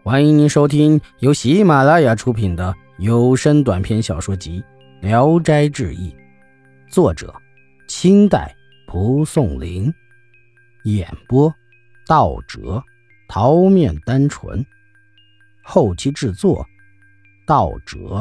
欢迎您收听由喜马拉雅出品的有声短篇小说集《聊斋志异》，作者清代蒲松龄，演播道哲、桃面单纯，后期制作道哲。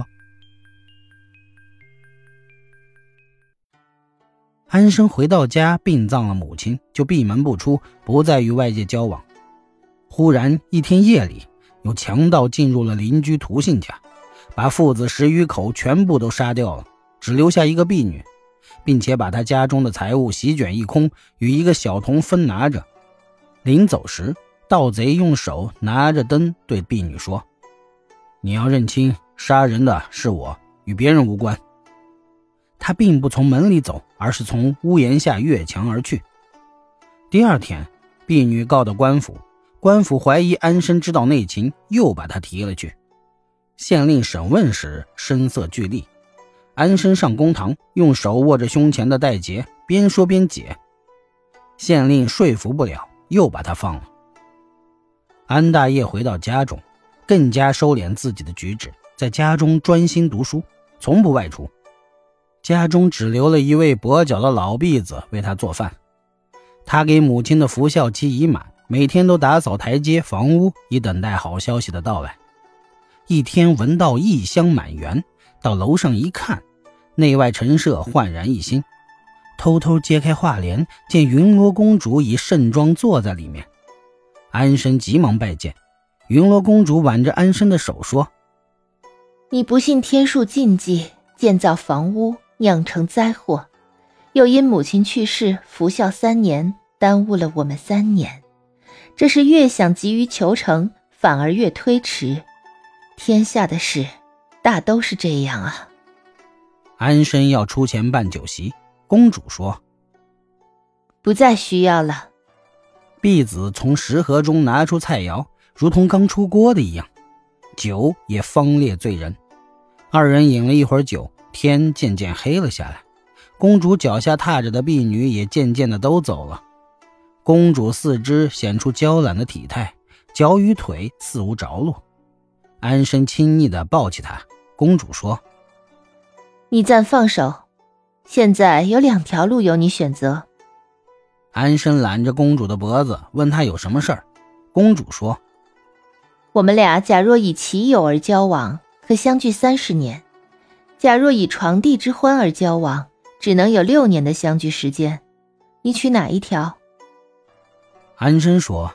安生回到家殡葬了母亲，就闭门不出，不再与外界交往。忽然一天夜里，有强盗进入了邻居涂姓家，把父子10余口全部都杀掉了，只留下一个婢女，并且把他家中的财物席卷一空，与一个小童分拿着。临走时，盗贼用手拿着灯对婢女说：你要认清，杀人的是我，与别人无关。他并不从门里走，而是从屋檐下越墙而去。第二天，婢女告到官府，官府怀疑安生知道内情，又把他提了去。县令审问时声色俱厉，安生上公堂，用手握着胸前的带结，边说边解。县令说服不了，又把他放了。安大业回到家中，更加收敛自己的举止，在家中专心读书，从不外出。家中只留了一位跛脚的老婢子为他做饭。他给母亲的服孝期已满，每天都打扫台阶房屋，以等待好消息的到来。一天闻到异香满园，到楼上一看，内外陈设焕然一新。偷偷揭开画帘，见云罗公主已盛装坐在里面。安生急忙拜见，云罗公主挽着安生的手说： 你不信天数禁忌，建造房屋酿成灾祸，又因母亲去世服孝3年，耽误了我们3年。这是越想急于求成，反而越推迟。天下的事大都是这样啊。 安生要出钱办酒席，公主说： 不再需要了。 婢子从食盒中拿出菜肴，如同刚出锅的一样，酒也方烈醉人。二人饮了一会儿酒，天渐渐黑了下来，公主脚下踏着的婢女也渐渐的都走了。公主四肢显出娇懒的体态，脚与腿似无着落。安生亲昵地抱起她，公主说： 你暂放手，现在有2条路由你选择。 安生揽着公主的脖子，问她有什么事儿。公主说： 我们俩假若以其友而交往，可相距30年；假若以床笫之欢而交往，只能有6年的相聚时间。你取哪一条？ 安生说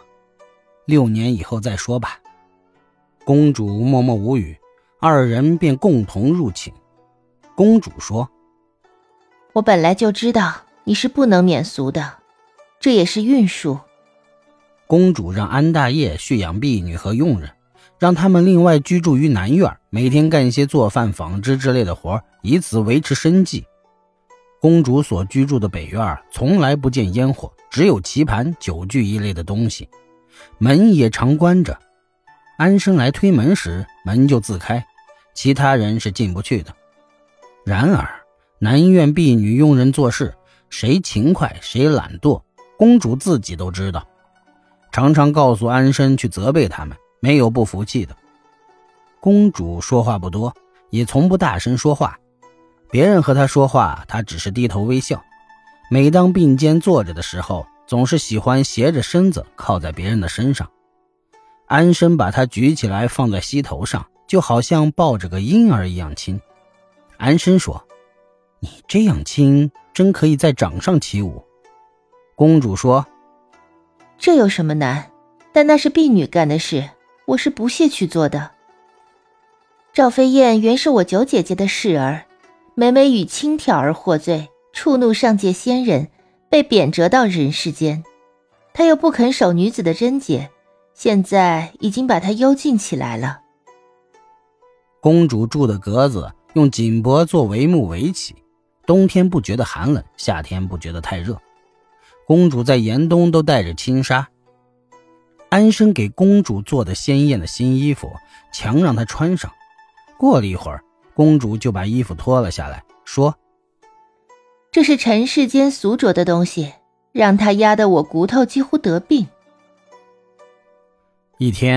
：6年以后再说吧。公主默默无语，二人便共同入寝。公主说： 我本来就知道你是不能免俗的，这也是运数。 公主让安大业蓄养婢女和佣人，让他们另外居住于南院，每天干些做饭纺织之类的活，以此维持生计。公主所居住的北院从来不见烟火，只有棋盘、酒具一类的东西，门也常关着。安生来推门时，门就自开，其他人是进不去的。然而南院婢女佣人做事，谁勤快谁懒惰，公主自己都知道，常常告诉安生去责备他们，没有不服气的。公主说话不多，也从不大声说话，别人和她说话，她只是低头微笑。每当并肩坐着的时候，总是喜欢斜着身子靠在别人的身上。安生把她举起来放在膝头上，就好像抱着个婴儿一样亲。安生说：你这样亲，真可以在掌上起舞。公主说： 这有什么难？但那是婢女干的事，我是不屑去做的。赵飞燕原是我九姐姐的侍儿，每每与轻佻而获罪，触怒上界仙人，被贬谪到人世间。她又不肯守女子的贞洁，现在已经把她幽禁起来了。 公主住的阁子用锦帛做帷幕围起，冬天不觉得寒冷，夏天不觉得太热。公主在严冬都带着轻纱。安生给公主做的鲜艳的新衣服，强让她穿上。过了一会儿，公主就把衣服脱了下来，说： 这是尘世间俗着的东西，让它压得我骨头几乎得病。 一天，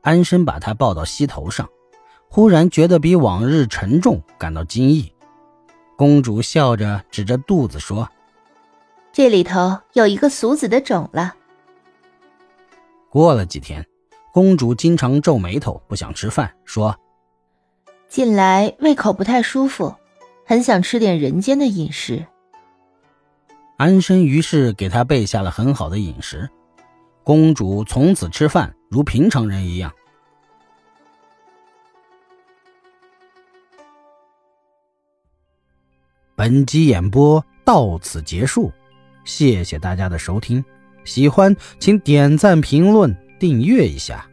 安生把她抱到膝头上，忽然觉得比往日沉重，感到惊异。公主笑着指着肚子说： 这里头有一个俗子的种了。 过了几天，公主经常皱眉头，不想吃饭，说： 近来胃口不太舒服，很想吃点人间的饮食。 安生于是给她备下了很好的饮食，公主从此吃饭如平常人一样。本集演播到此结束，谢谢大家的收听，喜欢请点赞、评论、订阅一下。